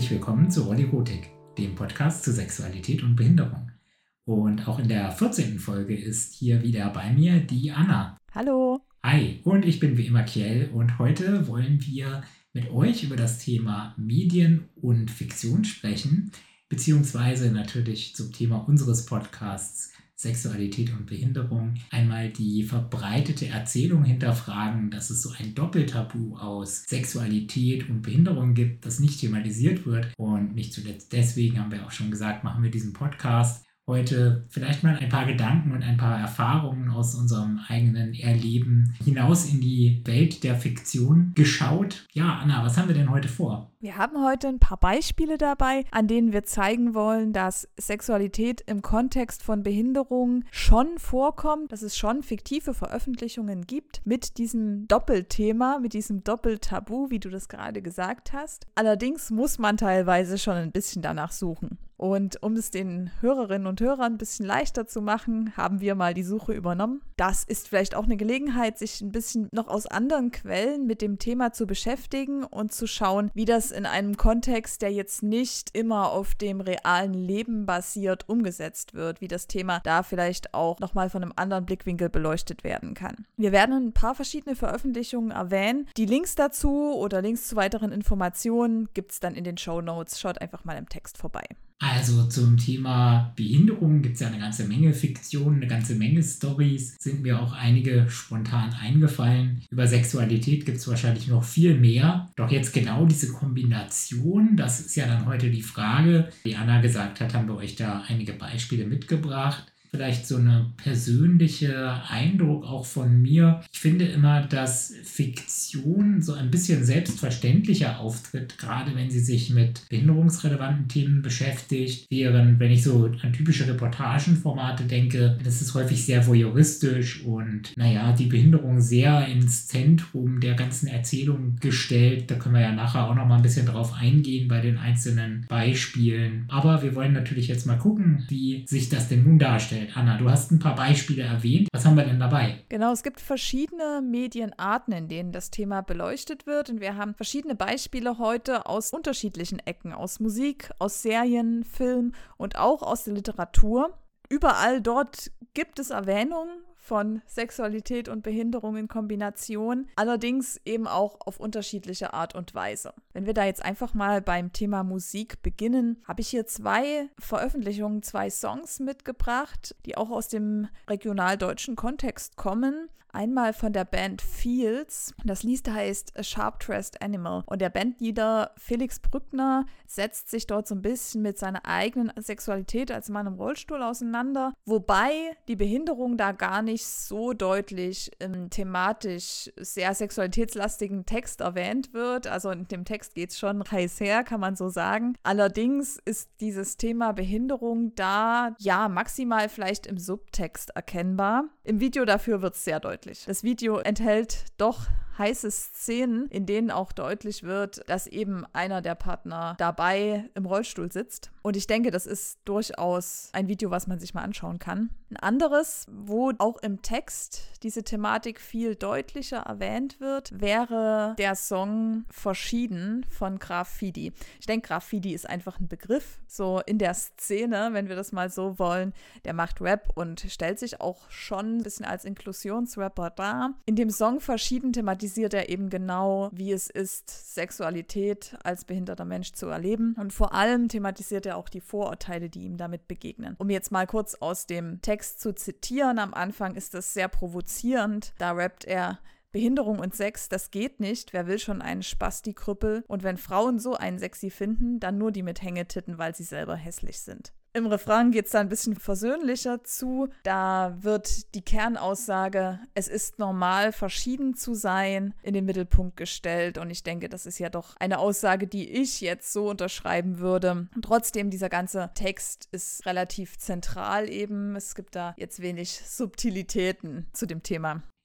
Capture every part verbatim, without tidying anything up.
herzlich willkommen zu Rolligotik, dem Podcast zu Sexualität und Behinderung. Und auch in der vierzehnten Folge ist hier wieder bei mir die Anna. Hallo. Hi, und ich bin wie immer Kjell und heute wollen wir mit euch über das Thema Medien und Fiktion sprechen, beziehungsweise natürlich zum Thema unseres Podcasts Sexualität und Behinderung einmal die verbreitete Erzählung hinterfragen, dass es so ein Doppeltabu aus Sexualität und Behinderung gibt, das nicht thematisiert wird. Und nicht zuletzt deswegen haben wir auch schon gesagt, machen wir diesen Podcast. Heute vielleicht mal ein paar Gedanken und ein paar Erfahrungen aus unserem eigenen Erleben hinaus in die Welt der Fiktion geschaut. Ja, Anna, was haben wir denn heute vor? Wir haben heute ein paar Beispiele dabei, an denen wir zeigen wollen, dass Sexualität im Kontext von Behinderung schon vorkommt, dass es schon fiktive Veröffentlichungen gibt mit diesem Doppelthema, mit diesem Doppeltabu, wie du das gerade gesagt hast. Allerdings muss man teilweise schon ein bisschen danach suchen. Und um es den Hörerinnen und Hörern ein bisschen leichter zu machen, haben wir mal die Suche übernommen. Das ist vielleicht auch eine Gelegenheit, sich ein bisschen noch aus anderen Quellen mit dem Thema zu beschäftigen und zu schauen, wie das in einem Kontext, der jetzt nicht immer auf dem realen Leben basiert, umgesetzt wird, wie das Thema da vielleicht auch nochmal von einem anderen Blickwinkel beleuchtet werden kann. Wir werden ein paar verschiedene Veröffentlichungen erwähnen. Die Links dazu oder Links zu weiteren Informationen gibt es dann in den Shownotes. Schaut einfach mal im Text vorbei. Also zum Thema Behinderung gibt es ja eine ganze Menge Fiktion, eine ganze Menge Storys, sind mir auch einige spontan eingefallen. Über Sexualität gibt es wahrscheinlich noch viel mehr. Doch jetzt genau diese Kombination, das ist ja dann heute die Frage. Wie Anna gesagt hat, haben wir euch da einige Beispiele mitgebracht. Vielleicht so eine persönliche Eindruck auch von mir. Ich finde immer, dass Fiktion so ein bisschen selbstverständlicher auftritt, gerade wenn sie sich mit behinderungsrelevanten Themen beschäftigt. Während, wenn ich so an typische Reportagenformate denke, das ist häufig sehr voyeuristisch und, naja, die Behinderung sehr ins Zentrum der ganzen Erzählung gestellt. Da können wir ja nachher auch noch mal ein bisschen drauf eingehen bei den einzelnen Beispielen. Aber wir wollen natürlich jetzt mal gucken, wie sich das denn nun darstellt. Anna, du hast ein paar Beispiele erwähnt. Was haben wir denn dabei? Genau, es gibt verschiedene Medienarten, in denen das Thema beleuchtet wird. Und wir haben verschiedene Beispiele heute aus unterschiedlichen Ecken, aus Musik, aus Serien, Film und auch aus der Literatur. Überall dort gibt es Erwähnungen von Sexualität und Behinderung in Kombination, allerdings eben auch auf unterschiedliche Art und Weise. Wenn wir da jetzt einfach mal beim Thema Musik beginnen, habe ich hier zwei Veröffentlichungen, zwei Songs mitgebracht, die auch aus dem regionaldeutschen Kontext kommen. Einmal von der Band Fields. Das Lied heißt A Sharp-Dressed Animal. Und der Bandleader Felix Brückner setzt sich dort so ein bisschen mit seiner eigenen Sexualität als Mann im Rollstuhl auseinander. Wobei die Behinderung da gar nicht so deutlich im thematisch sehr sexualitätslastigen Text erwähnt wird. Also in dem Text geht es schon heiß her, kann man so sagen. Allerdings ist dieses Thema Behinderung da, ja, maximal vielleicht im Subtext erkennbar. Im Video dafür wird es sehr deutlich. Das Video enthält doch heiße Szenen, in denen auch deutlich wird, dass eben einer der Partner dabei im Rollstuhl sitzt. Und ich denke, das ist durchaus ein Video, was man sich mal anschauen kann. Ein anderes, wo auch im Text diese Thematik viel deutlicher erwähnt wird, wäre der Song Verschieden von Graf Fidi. Ich denke, Graf Fidi ist einfach ein Begriff, so in der Szene, wenn wir das mal so wollen. Der macht Rap und stellt sich auch schon ein bisschen als Inklusionsrapper dar. In dem Song Verschieden thematisiert er eben genau, wie es ist, Sexualität als behinderter Mensch zu erleben. Und vor allem thematisiert er auch die Vorurteile, die ihm damit begegnen. Um jetzt mal kurz aus dem Text zu zitieren, am Anfang ist das sehr provozierend. Da rappt er: Behinderung und Sex, das geht nicht. Wer will schon einen Spasti-Krüppel? Und wenn Frauen so einen sexy finden, dann nur die mit Hängetitten, weil sie selber hässlich sind. Im Refrain geht es da ein bisschen versöhnlicher zu. Da wird die Kernaussage, es ist normal, verschieden zu sein, in den Mittelpunkt gestellt. Und ich denke, das ist ja doch eine Aussage, die ich jetzt so unterschreiben würde. Und trotzdem, dieser ganze Text ist relativ zentral eben. Es gibt da jetzt wenig Subtilitäten zu dem Thema.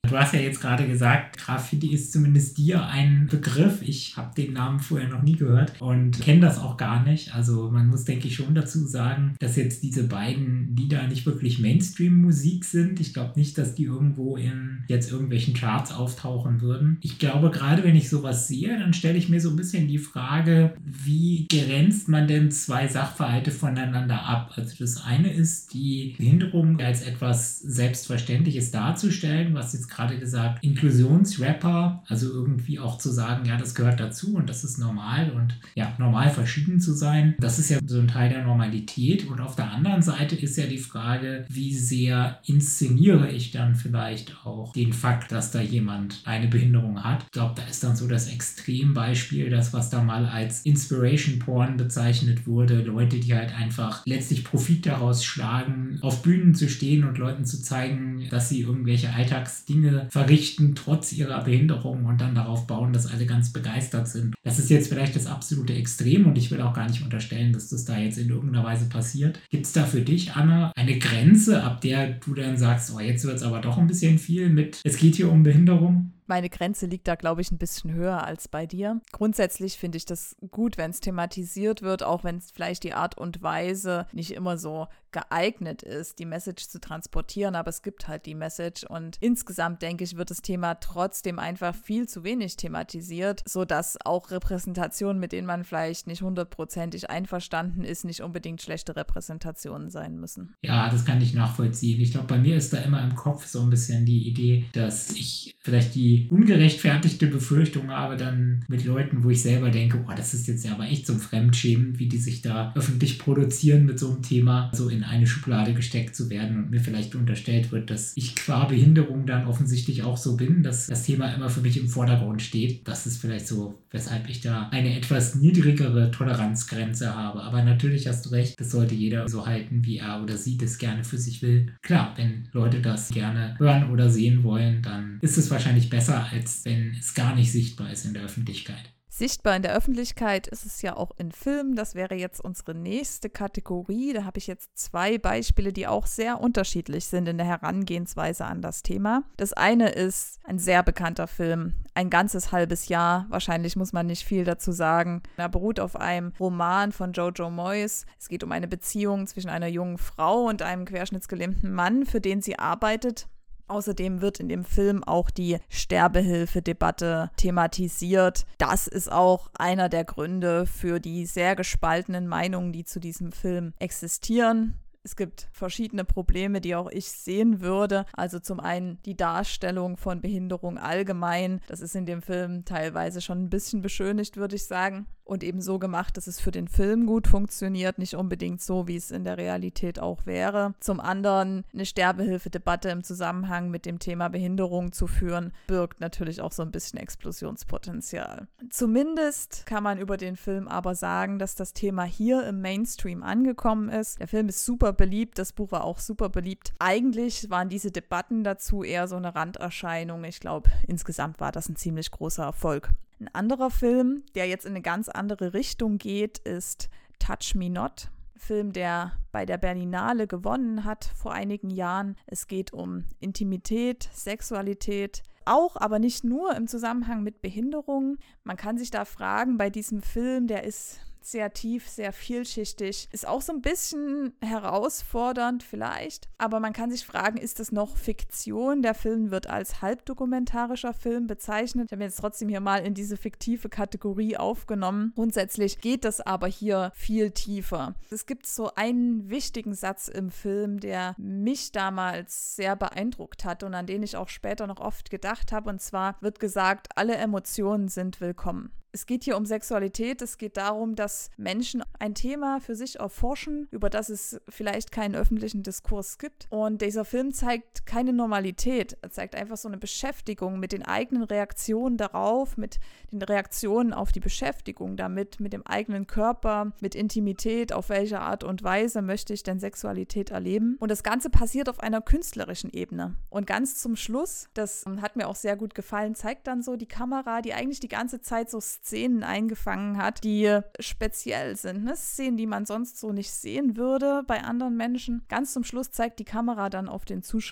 Du hast ja jetzt gerade gesagt, Graffiti ist zumindest dir ein Begriff. Ich habe den Namen vorher noch nie gehört und kenne das auch gar nicht. Also man muss, denke ich, schon dazu sagen, dass jetzt diese beiden Lieder nicht wirklich Mainstream-Musik sind. Ich glaube nicht, dass die irgendwo in jetzt irgendwelchen Charts auftauchen würden. Ich glaube, gerade wenn ich sowas sehe, dann stelle ich mir so ein bisschen die Frage, wie grenzt man denn zwei Sachverhalte voneinander ab? Also das eine ist, die Behinderung als etwas Selbstverständliches darzustellen, was jetzt gerade gesagt, Inklusionsrapper, also irgendwie auch zu sagen, ja, das gehört dazu und das ist normal und ja, normal verschieden zu sein, das ist ja so ein Teil der Normalität. Und auf der anderen Seite ist ja die Frage, wie sehr inszeniere ich dann vielleicht auch den Fakt, dass da jemand eine Behinderung hat. Ich glaube, da ist dann so das Extrembeispiel, das, was da mal als Inspiration Porn bezeichnet wurde, Leute, die halt einfach letztlich Profit daraus schlagen, auf Bühnen zu stehen und Leuten zu zeigen, dass sie irgendwelche Alltagsdinge verrichten, trotz ihrer Behinderung und dann darauf bauen, dass alle ganz begeistert sind. Das ist jetzt vielleicht das absolute Extrem und ich will auch gar nicht unterstellen, dass das da jetzt in irgendeiner Weise passiert. Gibt es da für dich, Anna, eine Grenze, ab der du dann sagst, oh, jetzt wird es aber doch ein bisschen viel mit, es geht hier um Behinderung? Meine Grenze liegt da, glaube ich, ein bisschen höher als bei dir. Grundsätzlich finde ich das gut, wenn es thematisiert wird, auch wenn es vielleicht die Art und Weise nicht immer so geeignet ist, die Message zu transportieren, aber es gibt halt die Message und insgesamt, denke ich, wird das Thema trotzdem einfach viel zu wenig thematisiert, sodass auch Repräsentationen, mit denen man vielleicht nicht hundertprozentig einverstanden ist, nicht unbedingt schlechte Repräsentationen sein müssen. Ja, das kann ich nachvollziehen. Ich glaube, bei mir ist da immer im Kopf so ein bisschen die Idee, dass ich vielleicht die ungerechtfertigte Befürchtung habe dann mit Leuten, wo ich selber denke, oh, das ist jetzt ja aber echt zum Fremdschämen, wie die sich da öffentlich produzieren mit so einem Thema, so in eine Schublade gesteckt zu werden und mir vielleicht unterstellt wird, dass ich qua Behinderung dann offensichtlich auch so bin, dass das Thema immer für mich im Vordergrund steht. Das ist vielleicht so, weshalb ich da eine etwas niedrigere Toleranzgrenze habe. Aber natürlich hast du recht, das sollte jeder so halten, wie er oder sie das gerne für sich will. Klar, wenn Leute das gerne hören oder sehen wollen, dann ist es wahrscheinlich besser, als wenn es gar nicht sichtbar ist in der Öffentlichkeit. Sichtbar in der Öffentlichkeit ist es ja auch in Filmen. Das wäre jetzt unsere nächste Kategorie. Da habe ich jetzt zwei Beispiele, die auch sehr unterschiedlich sind in der Herangehensweise an das Thema. Das eine ist ein sehr bekannter Film, ein ganzes halbes Jahr. Wahrscheinlich muss man nicht viel dazu sagen. Er beruht auf einem Roman von Jojo Moyes. Es geht um eine Beziehung zwischen einer jungen Frau und einem querschnittsgelähmten Mann, für den sie arbeitet. Außerdem wird in dem Film auch die Sterbehilfe-Debatte thematisiert. Das ist auch einer der Gründe für die sehr gespaltenen Meinungen, die zu diesem Film existieren. Es gibt verschiedene Probleme, die auch ich sehen würde. Also zum einen die Darstellung von Behinderung allgemein. Das ist in dem Film teilweise schon ein bisschen beschönigt, würde ich sagen. Und eben so gemacht, dass es für den Film gut funktioniert, nicht unbedingt so, wie es in der Realität auch wäre. Zum anderen eine Sterbehilfe-Debatte im Zusammenhang mit dem Thema Behinderung zu führen, birgt natürlich auch so ein bisschen Explosionspotenzial. Zumindest kann man über den Film aber sagen, dass das Thema hier im Mainstream angekommen ist. Der Film ist super beliebt, das Buch war auch super beliebt. Eigentlich waren diese Debatten dazu eher so eine Randerscheinung. Ich glaube, insgesamt war das ein ziemlich großer Erfolg. Ein anderer Film, der jetzt in eine ganz andere Richtung geht, ist Touch Me Not. Ein Film, der bei der Berlinale gewonnen hat vor einigen Jahren. Es geht um Intimität, Sexualität, auch, aber nicht nur im Zusammenhang mit Behinderung. Man kann sich da fragen, bei diesem Film, der ist sehr tief, sehr vielschichtig. Ist auch so ein bisschen herausfordernd vielleicht, aber man kann sich fragen, ist das noch Fiktion? Der Film wird als halbdokumentarischer Film bezeichnet. Ich habe jetzt trotzdem hier mal in diese fiktive Kategorie aufgenommen. Grundsätzlich geht das aber hier viel tiefer. Es gibt so einen wichtigen Satz im Film, der mich damals sehr beeindruckt hat und an den ich auch später noch oft gedacht habe, und zwar wird gesagt, alle Emotionen sind willkommen. Es geht hier um Sexualität, es geht darum, dass Menschen ein Thema für sich erforschen, über das es vielleicht keinen öffentlichen Diskurs gibt. Und dieser Film zeigt keine Normalität, er zeigt einfach so eine Beschäftigung mit den eigenen Reaktionen darauf, mit den Reaktionen auf die Beschäftigung damit, mit dem eigenen Körper, mit Intimität, auf welche Art und Weise möchte ich denn Sexualität erleben. Und das Ganze passiert auf einer künstlerischen Ebene. Und ganz zum Schluss, das hat mir auch sehr gut gefallen, zeigt dann so die Kamera, die eigentlich die ganze Zeit so Szenen eingefangen hat, die speziell sind. Ne? Szenen, die man sonst so nicht sehen würde bei anderen Menschen. Ganz zum Schluss zeigt die Kamera dann auf den Zuschauer.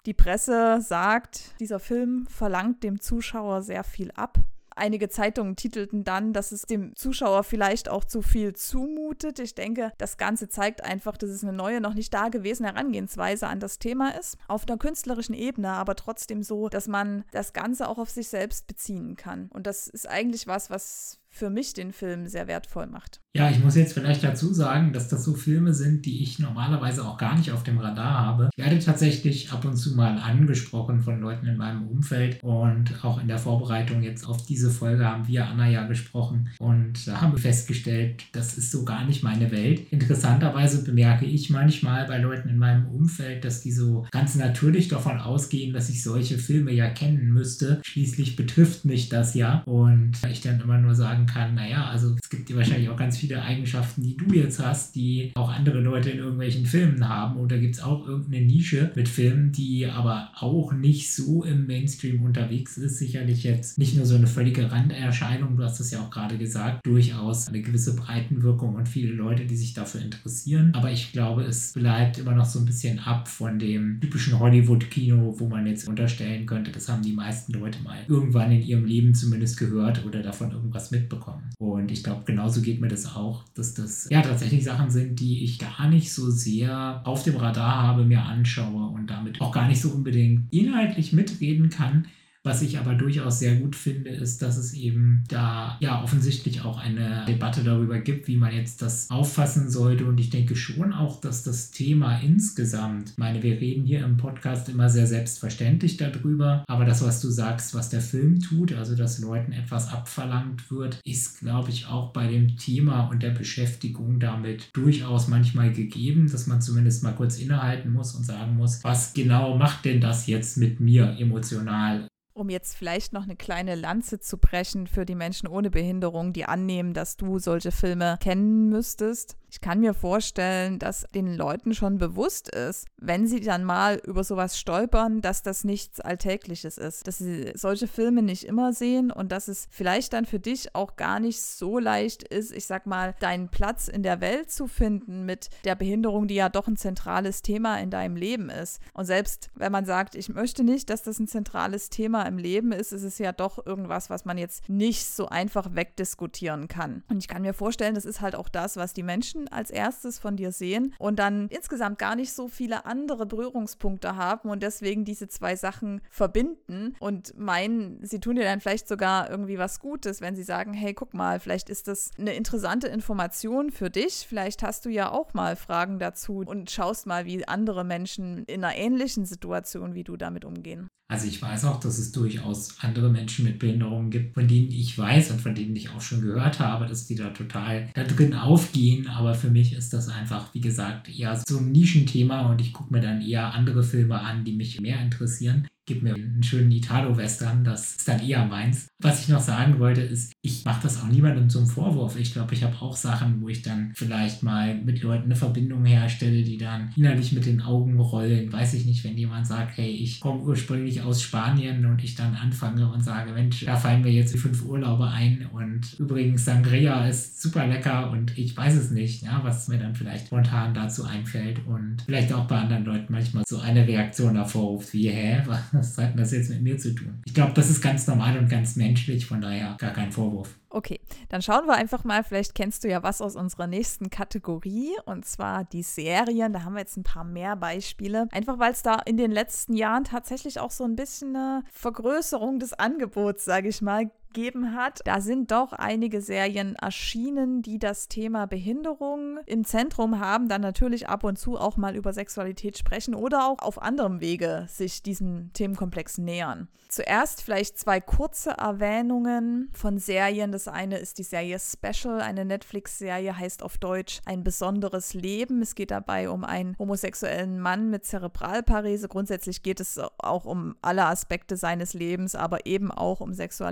Die Presse sagt, dieser Film verlangt dem Zuschauer sehr viel ab. Einige Zeitungen titelten dann, dass es dem Zuschauer vielleicht auch zu viel zumutet. Ich denke, das Ganze zeigt einfach, dass es eine neue, noch nicht dagewesene Herangehensweise an das Thema ist. Auf einer künstlerischen Ebene, aber trotzdem so, dass man das Ganze auch auf sich selbst beziehen kann. Und das ist eigentlich was, was für mich den Film sehr wertvoll macht. Ja, ich muss jetzt vielleicht dazu sagen, dass das so Filme sind, die ich normalerweise auch gar nicht auf dem Radar habe. Ich werde tatsächlich ab und zu mal angesprochen von Leuten in meinem Umfeld und auch in der Vorbereitung jetzt auf diese Folge haben wir, Anna, ja gesprochen und da haben wir festgestellt, das ist so gar nicht meine Welt. Interessanterweise bemerke ich manchmal bei Leuten in meinem Umfeld, dass die so ganz natürlich davon ausgehen, dass ich solche Filme ja kennen müsste. Schließlich betrifft mich das ja und ich dann immer nur sagen kann, naja, also es gibt dir wahrscheinlich auch ganz viele Eigenschaften, die du jetzt hast, die auch andere Leute in irgendwelchen Filmen haben und da gibt es auch irgendeine Nische mit Filmen, die aber auch nicht so im Mainstream unterwegs ist, sicherlich jetzt nicht nur so eine völlige Randerscheinung, du hast es ja auch gerade gesagt, durchaus eine gewisse Breitenwirkung und viele Leute, die sich dafür interessieren, aber ich glaube, es bleibt immer noch so ein bisschen ab von dem typischen Hollywood-Kino, wo man jetzt unterstellen könnte, das haben die meisten Leute mal irgendwann in ihrem Leben zumindest gehört oder davon irgendwas mitbekommen. Und ich glaube, genauso geht mir das auch, dass das ja tatsächlich Sachen sind, die ich gar nicht so sehr auf dem Radar habe, mir anschaue und damit auch gar nicht so unbedingt inhaltlich mitreden kann. Was ich aber durchaus sehr gut finde, ist, dass es eben da ja offensichtlich auch eine Debatte darüber gibt, wie man jetzt das auffassen sollte. Und ich denke schon auch, dass das Thema insgesamt, ich meine, wir reden hier im Podcast immer sehr selbstverständlich darüber, aber das, was du sagst, was der Film tut, also dass Leuten etwas abverlangt wird, ist, glaube ich, auch bei dem Thema und der Beschäftigung damit durchaus manchmal gegeben, dass man zumindest mal kurz innehalten muss und sagen muss, was genau macht denn das jetzt mit mir emotional? Um jetzt vielleicht noch eine kleine Lanze zu brechen für die Menschen ohne Behinderung, die annehmen, dass du solche Filme kennen müsstest. Ich kann mir vorstellen, dass den Leuten schon bewusst ist, wenn sie dann mal über sowas stolpern, dass das nichts Alltägliches ist. Dass sie solche Filme nicht immer sehen und dass es vielleicht dann für dich auch gar nicht so leicht ist, ich sag mal, deinen Platz in der Welt zu finden mit der Behinderung, die ja doch ein zentrales Thema in deinem Leben ist. Und selbst wenn man sagt, ich möchte nicht, dass das ein zentrales Thema im Leben ist, ist es ja doch irgendwas, was man jetzt nicht so einfach wegdiskutieren kann. Und ich kann mir vorstellen, das ist halt auch das, was die Menschen als erstes von dir sehen und dann insgesamt gar nicht so viele andere Berührungspunkte haben und deswegen diese zwei Sachen verbinden und meinen, sie tun dir dann vielleicht sogar irgendwie was Gutes, wenn sie sagen, hey, guck mal, vielleicht ist das eine interessante Information für dich, vielleicht hast du ja auch mal Fragen dazu und schaust mal, wie andere Menschen in einer ähnlichen Situation wie du damit umgehen. Also ich weiß auch, dass es durchaus andere Menschen mit Behinderungen gibt, von denen ich weiß und von denen ich auch schon gehört habe, dass die da total da drin aufgehen. Aber für mich ist das einfach, wie gesagt, eher so ein Nischenthema und ich gucke mir dann eher andere Filme an, die mich mehr interessieren. Gib mir einen schönen Italo-Western, das ist dann eher meins. Was ich noch sagen wollte, ist, ich mache das auch niemandem zum Vorwurf. Ich glaube, ich habe auch Sachen, wo ich dann vielleicht mal mit Leuten eine Verbindung herstelle, die dann innerlich mit den Augen rollen. Weiß ich nicht, wenn jemand sagt, hey, ich komme ursprünglich aus Spanien und ich dann anfange und sage, Mensch, da fallen mir jetzt die fünf Urlaube ein und übrigens Sangria ist super lecker und ich weiß es nicht, ja, was mir dann vielleicht spontan dazu einfällt und vielleicht auch bei anderen Leuten manchmal so eine Reaktion hervorruft wie, hä, was hat das jetzt mit mir zu tun? Ich glaube, das ist ganz normal und ganz menschlich, von daher gar kein Vorwurf. Okay, dann schauen wir einfach mal, vielleicht kennst du ja was aus unserer nächsten Kategorie und zwar die Serien, da haben wir jetzt ein paar mehr Beispiele, einfach weil es da in den letzten Jahren tatsächlich auch so ein bisschen eine Vergrößerung des Angebots, sage ich mal, gegeben hat. Da sind doch einige Serien erschienen, die das Thema Behinderung im Zentrum haben, dann natürlich ab und zu auch mal über Sexualität sprechen oder auch auf anderem Wege sich diesem Themenkomplex nähern. Zuerst vielleicht zwei kurze Erwähnungen von Serien. Das eine ist die Serie Special, eine Netflix-Serie, heißt auf Deutsch Ein besonderes Leben. Es geht dabei um einen homosexuellen Mann mit Zerebralparese. Grundsätzlich geht es auch um alle Aspekte seines Lebens, aber eben auch um Sexualität.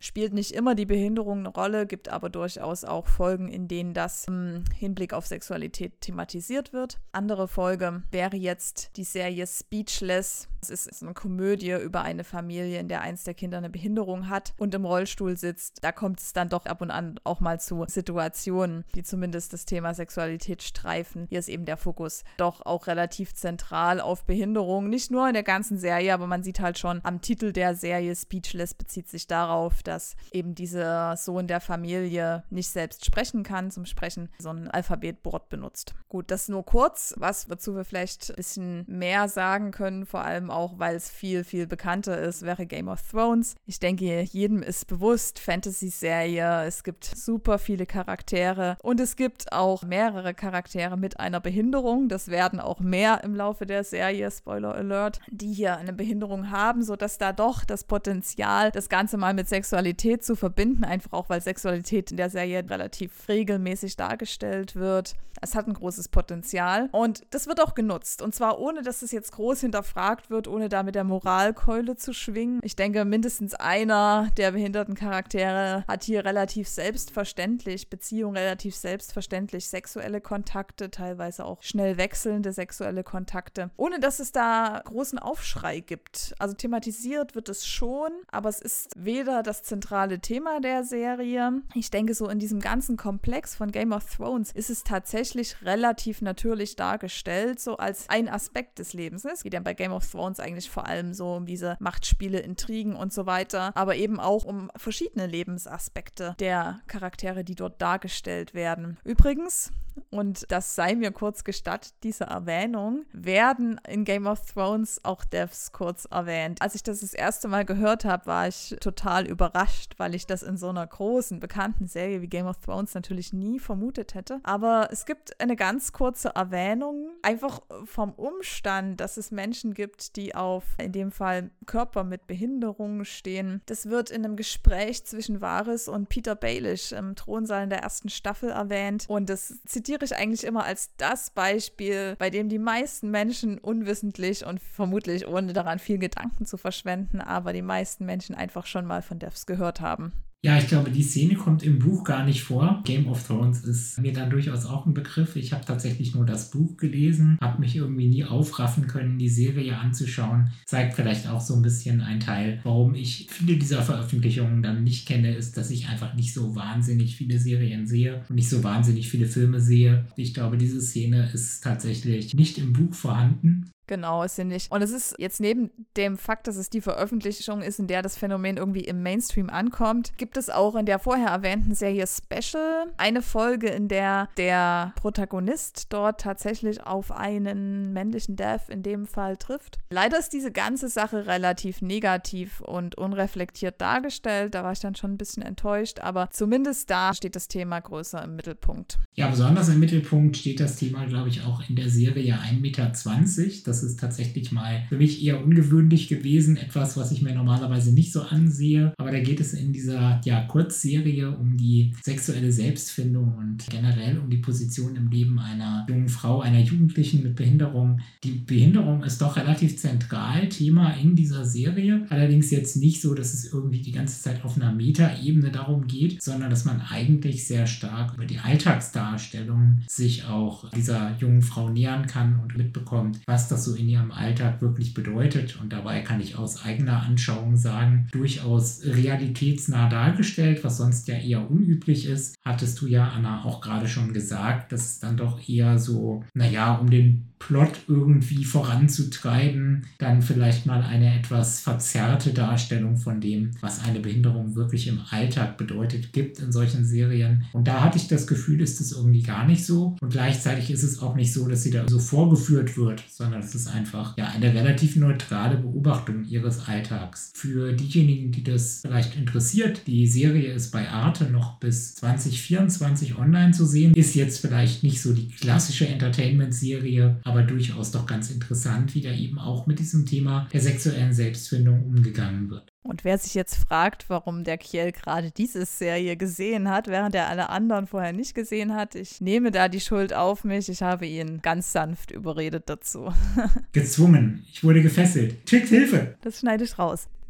spielt nicht immer die Behinderung eine Rolle, gibt aber durchaus auch Folgen, in denen das im Hinblick auf Sexualität thematisiert wird. Andere Folge wäre jetzt die Serie Speechless. Es ist eine Komödie über eine Familie, in der eins der Kinder eine Behinderung hat und im Rollstuhl sitzt. Da kommt es dann doch ab und an auch mal zu Situationen, die zumindest das Thema Sexualität streifen. Hier ist eben der Fokus doch auch relativ zentral auf Behinderung. Nicht nur in der ganzen Serie, aber man sieht halt schon am Titel der Serie, Speechless bezieht sich darauf, dass eben dieser Sohn der Familie nicht selbst sprechen kann, zum Sprechen so ein Alphabetboard benutzt. Gut, das nur kurz, was wozu wir vielleicht ein bisschen mehr sagen können, vor allem auch, weil es viel, viel bekannter ist, wäre Game of Thrones. Ich denke, jedem ist bewusst, Fantasy-Serie, es gibt super viele Charaktere und es gibt auch mehrere Charaktere mit einer Behinderung. Das werden auch mehr im Laufe der Serie, Spoiler Alert, die hier eine Behinderung haben, sodass da doch das Potenzial, das Ganze mal mit Sexualität zu verbinden, einfach auch, weil Sexualität in der Serie relativ regelmäßig dargestellt wird. Es hat ein großes Potenzial und das wird auch genutzt und zwar ohne, dass es jetzt groß hinterfragt wird, ohne da mit der Moralkeule zu schwingen. Ich denke, mindestens einer der behinderten Charaktere hat hier relativ selbstverständlich Beziehungen, relativ selbstverständlich sexuelle Kontakte, teilweise auch schnell wechselnde sexuelle Kontakte, ohne dass es da großen Aufschrei gibt. Also thematisiert wird es schon, aber es ist weder das zentrale Thema der Serie. Ich denke, so in diesem ganzen Komplex von Game of Thrones ist es tatsächlich relativ natürlich dargestellt, so als ein Aspekt des Lebens. Es geht ja bei Game of Thrones eigentlich vor allem so um diese Machtspiele, Intrigen und so weiter, aber eben auch um verschiedene Lebensaspekte der Charaktere, die dort dargestellt werden. Übrigens, und das sei mir kurz gestattet, diese Erwähnung, werden in Game of Thrones auch Devs kurz erwähnt. Als ich das das erste Mal gehört habe, war ich total überrascht, weil ich das in so einer großen, bekannten Serie wie Game of Thrones natürlich nie vermutet hätte. Aber es gibt eine ganz kurze Erwähnung, einfach vom Umstand, dass es Menschen gibt, die auf, in dem Fall, Körper mit Behinderungen stehen. Das wird in einem Gespräch zwischen Varys und Peter Baelish im Thronsaal in der ersten Staffel erwähnt und das zitiere ich eigentlich immer als das Beispiel, bei dem die meisten Menschen unwissentlich und vermutlich ohne daran viel Gedanken zu verschwenden, aber die meisten Menschen einfach schon mal von Devs gehört haben. Ja, ich glaube, die Szene kommt im Buch gar nicht vor. Game of Thrones ist mir dann durchaus auch ein Begriff. Ich habe tatsächlich nur das Buch gelesen, habe mich irgendwie nie aufraffen können, die Serie anzuschauen. Zeigt vielleicht auch so ein bisschen einen Teil, warum ich viele dieser Veröffentlichungen dann nicht kenne, ist, dass ich einfach nicht so wahnsinnig viele Serien sehe und nicht so wahnsinnig viele Filme sehe. Ich glaube, diese Szene ist tatsächlich nicht im Buch vorhanden. Genau, ist sie nicht. Und es ist jetzt neben dem Fakt, dass es die Veröffentlichung ist, in der das Phänomen irgendwie im Mainstream ankommt, gibt es auch in der vorher erwähnten Serie Special eine Folge, in der der Protagonist dort tatsächlich auf einen männlichen Dev in dem Fall trifft. Leider ist diese ganze Sache relativ negativ und unreflektiert dargestellt. Da war ich dann schon ein bisschen enttäuscht, aber zumindest da steht das Thema größer im Mittelpunkt. Ja, besonders im Mittelpunkt steht das Thema, glaube ich, auch in der Serie ein Meter zwanzig. Das ist tatsächlich mal für mich eher ungewöhnlich gewesen. Etwas, was ich mir normalerweise nicht so ansehe. Aber da geht es in dieser ja, Kurzserie um die sexuelle Selbstfindung und generell um die Position im Leben einer jungen Frau, einer Jugendlichen mit Behinderung. Die Behinderung ist doch relativ zentral Thema in dieser Serie. Allerdings jetzt nicht so, dass es irgendwie die ganze Zeit auf einer Metaebene darum geht, sondern dass man eigentlich sehr stark über die Alltagsdarstellung sich auch dieser jungen Frau nähern kann und mitbekommt, was das so in ihrem Alltag wirklich bedeutet. Und dabei kann ich aus eigener Anschauung sagen, durchaus realitätsnah dargestellt, was sonst ja eher unüblich ist. Hattest du ja, Anna, auch gerade schon gesagt, dass es dann doch eher so, naja, um den Plot irgendwie voranzutreiben, dann vielleicht mal eine etwas verzerrte Darstellung von dem, was eine Behinderung wirklich im Alltag bedeutet, gibt in solchen Serien. Und da hatte ich das Gefühl, ist es irgendwie gar nicht so. Und gleichzeitig ist es auch nicht so, dass sie da so vorgeführt wird, sondern es ist einfach ja eine relativ neutrale Beobachtung ihres Alltags. Für diejenigen, die das vielleicht interessiert, die Serie ist bei Arte noch bis zwanzig vierundzwanzig online zu sehen, ist jetzt vielleicht nicht so die klassische Entertainment-Serie, aber durchaus doch ganz interessant, wie da eben auch mit diesem Thema der sexuellen Selbstfindung umgegangen wird. Und wer sich jetzt fragt, warum der Kjell gerade diese Serie gesehen hat, während er alle anderen vorher nicht gesehen hat, ich nehme da die Schuld auf mich. Ich habe ihn ganz sanft überredet dazu. Gezwungen. Ich wurde gefesselt. Schickt Hilfe. Das schneide ich raus.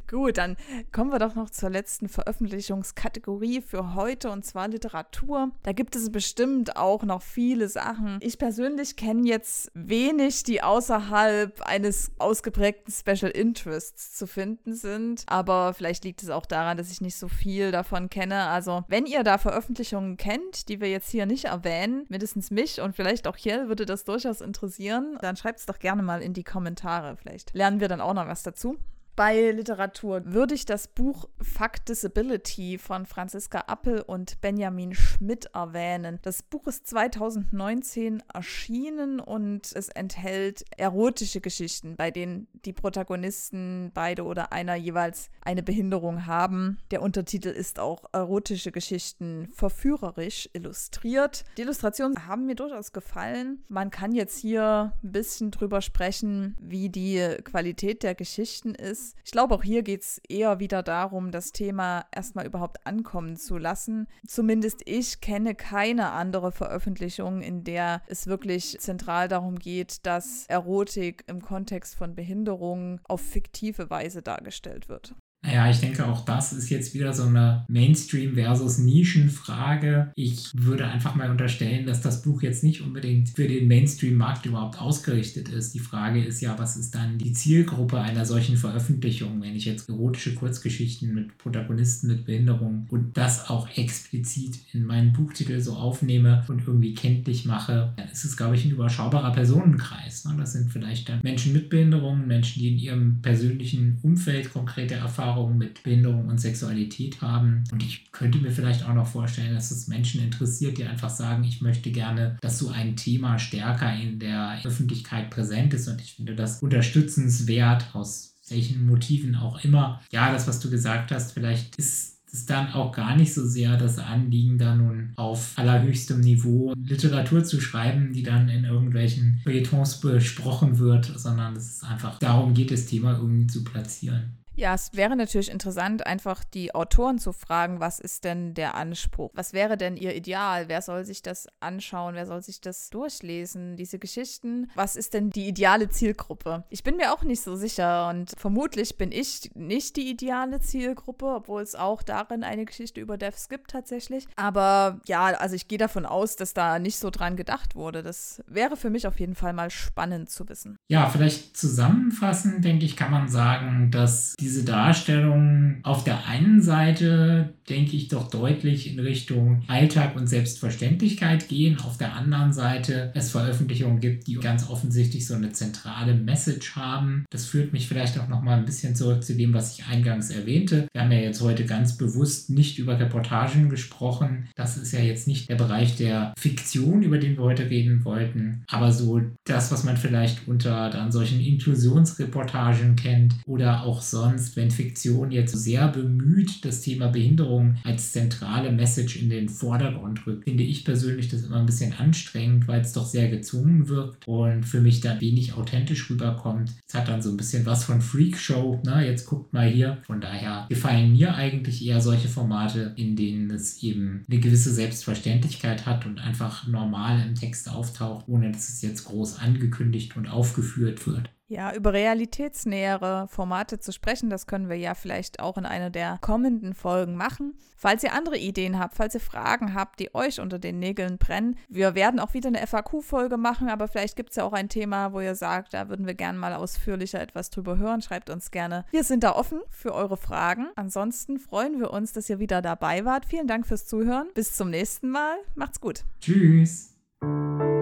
Gut, dann kommen wir doch noch zur letzten Veröffentlichungskategorie für heute, und zwar Literatur. Da gibt es bestimmt auch noch viele Sachen. Ich persönlich kenne jetzt wenig, die außerhalb eines ausgeprägten Special Interests zu finden sind, aber vielleicht liegt es auch daran, dass ich nicht so viel davon kenne. Also wenn ihr da Veröffentlichungen kennt, die wir jetzt hier nicht erwähnen, mindestens mich und vielleicht auch Kjell würde das durchaus interessieren, dann schreibt es doch gerne mal in die Kommentare. Vielleicht lernen wir dann auch noch was dazu. Bei Literatur würde ich das Buch Fuck Disability von Franziska Appel und Benjamin Schmidt erwähnen. Das Buch ist zwanzig neunzehn erschienen und es enthält erotische Geschichten, bei denen die Protagonisten beide oder einer jeweils eine Behinderung haben. Der Untertitel ist auch Erotische Geschichten verführerisch illustriert. Die Illustrationen haben mir durchaus gefallen. Man kann jetzt hier ein bisschen drüber sprechen, wie die Qualität der Geschichten ist. Ich glaube, auch hier geht es eher wieder darum, das Thema erstmal überhaupt ankommen zu lassen. Zumindest ich kenne keine andere Veröffentlichung, in der es wirklich zentral darum geht, dass Erotik im Kontext von Behinderungen auf fiktive Weise dargestellt wird. Naja, ich denke, auch das ist jetzt wieder so eine Mainstream- versus Nischenfrage. Ich würde einfach mal unterstellen, dass das Buch jetzt nicht unbedingt für den Mainstream-Markt überhaupt ausgerichtet ist. Die Frage ist ja, was ist dann die Zielgruppe einer solchen Veröffentlichung, wenn ich jetzt erotische Kurzgeschichten mit Protagonisten mit Behinderung und das auch explizit in meinen Buchtitel so aufnehme und irgendwie kenntlich mache, dann ist es, glaube ich, ein überschaubarer Personenkreis. Das sind vielleicht dann Menschen mit Behinderungen, Menschen, die in ihrem persönlichen Umfeld konkrete Erfahrungen mit Behinderung und Sexualität haben. Und ich könnte mir vielleicht auch noch vorstellen, dass es Menschen interessiert, die einfach sagen, ich möchte gerne, dass so ein Thema stärker in der Öffentlichkeit präsent ist. Und ich finde das unterstützenswert, aus welchen Motiven auch immer. Ja, das, was du gesagt hast, vielleicht ist es dann auch gar nicht so sehr das Anliegen, da nun auf allerhöchstem Niveau Literatur zu schreiben, die dann in irgendwelchen Feuilletons besprochen wird, sondern es ist einfach darum geht, das Thema irgendwie zu platzieren. Ja, es wäre natürlich interessant, einfach die Autoren zu fragen, was ist denn der Anspruch? Was wäre denn ihr Ideal? Wer soll sich das anschauen? Wer soll sich das durchlesen? Diese Geschichten? Was ist denn die ideale Zielgruppe? Ich bin mir auch nicht so sicher und vermutlich bin ich nicht die ideale Zielgruppe, obwohl es auch darin eine Geschichte über Devs gibt tatsächlich. Aber ja, also ich gehe davon aus, dass da nicht so dran gedacht wurde. Das wäre für mich auf jeden Fall mal spannend zu wissen. Ja, vielleicht zusammenfassend, denke ich, kann man sagen, dass die diese Darstellungen auf der einen Seite, denke ich, doch deutlich in Richtung Alltag und Selbstverständlichkeit gehen. Auf der anderen Seite es Veröffentlichungen gibt, die ganz offensichtlich so eine zentrale Message haben. Das führt mich vielleicht auch noch mal ein bisschen zurück zu dem, was ich eingangs erwähnte. Wir haben ja jetzt heute ganz bewusst nicht über Reportagen gesprochen. Das ist ja jetzt nicht der Bereich der Fiktion, über den wir heute reden wollten. Aber so das, was man vielleicht unter dann solchen Inklusionsreportagen kennt oder auch sonst, wenn Fiktion jetzt sehr bemüht das Thema Behinderung als zentrale Message in den Vordergrund rückt, finde ich persönlich das immer ein bisschen anstrengend, weil es doch sehr gezwungen wirkt und für mich dann wenig authentisch rüberkommt. Es hat dann so ein bisschen was von Freakshow, ne? Jetzt guckt mal hier. Von daher gefallen mir eigentlich eher solche Formate, in denen es eben eine gewisse Selbstverständlichkeit hat und einfach normal im Text auftaucht, ohne dass es jetzt groß angekündigt und aufgeführt wird. Ja, über realitätsnähere Formate zu sprechen, das können wir ja vielleicht auch in einer der kommenden Folgen machen. Falls ihr andere Ideen habt, falls ihr Fragen habt, die euch unter den Nägeln brennen, wir werden auch wieder eine F A Q-Folge machen, aber vielleicht gibt es ja auch ein Thema, wo ihr sagt, da würden wir gerne mal ausführlicher etwas drüber hören. Schreibt uns gerne. Wir sind da offen für eure Fragen. Ansonsten freuen wir uns, dass ihr wieder dabei wart. Vielen Dank fürs Zuhören. Bis zum nächsten Mal. Macht's gut. Tschüss.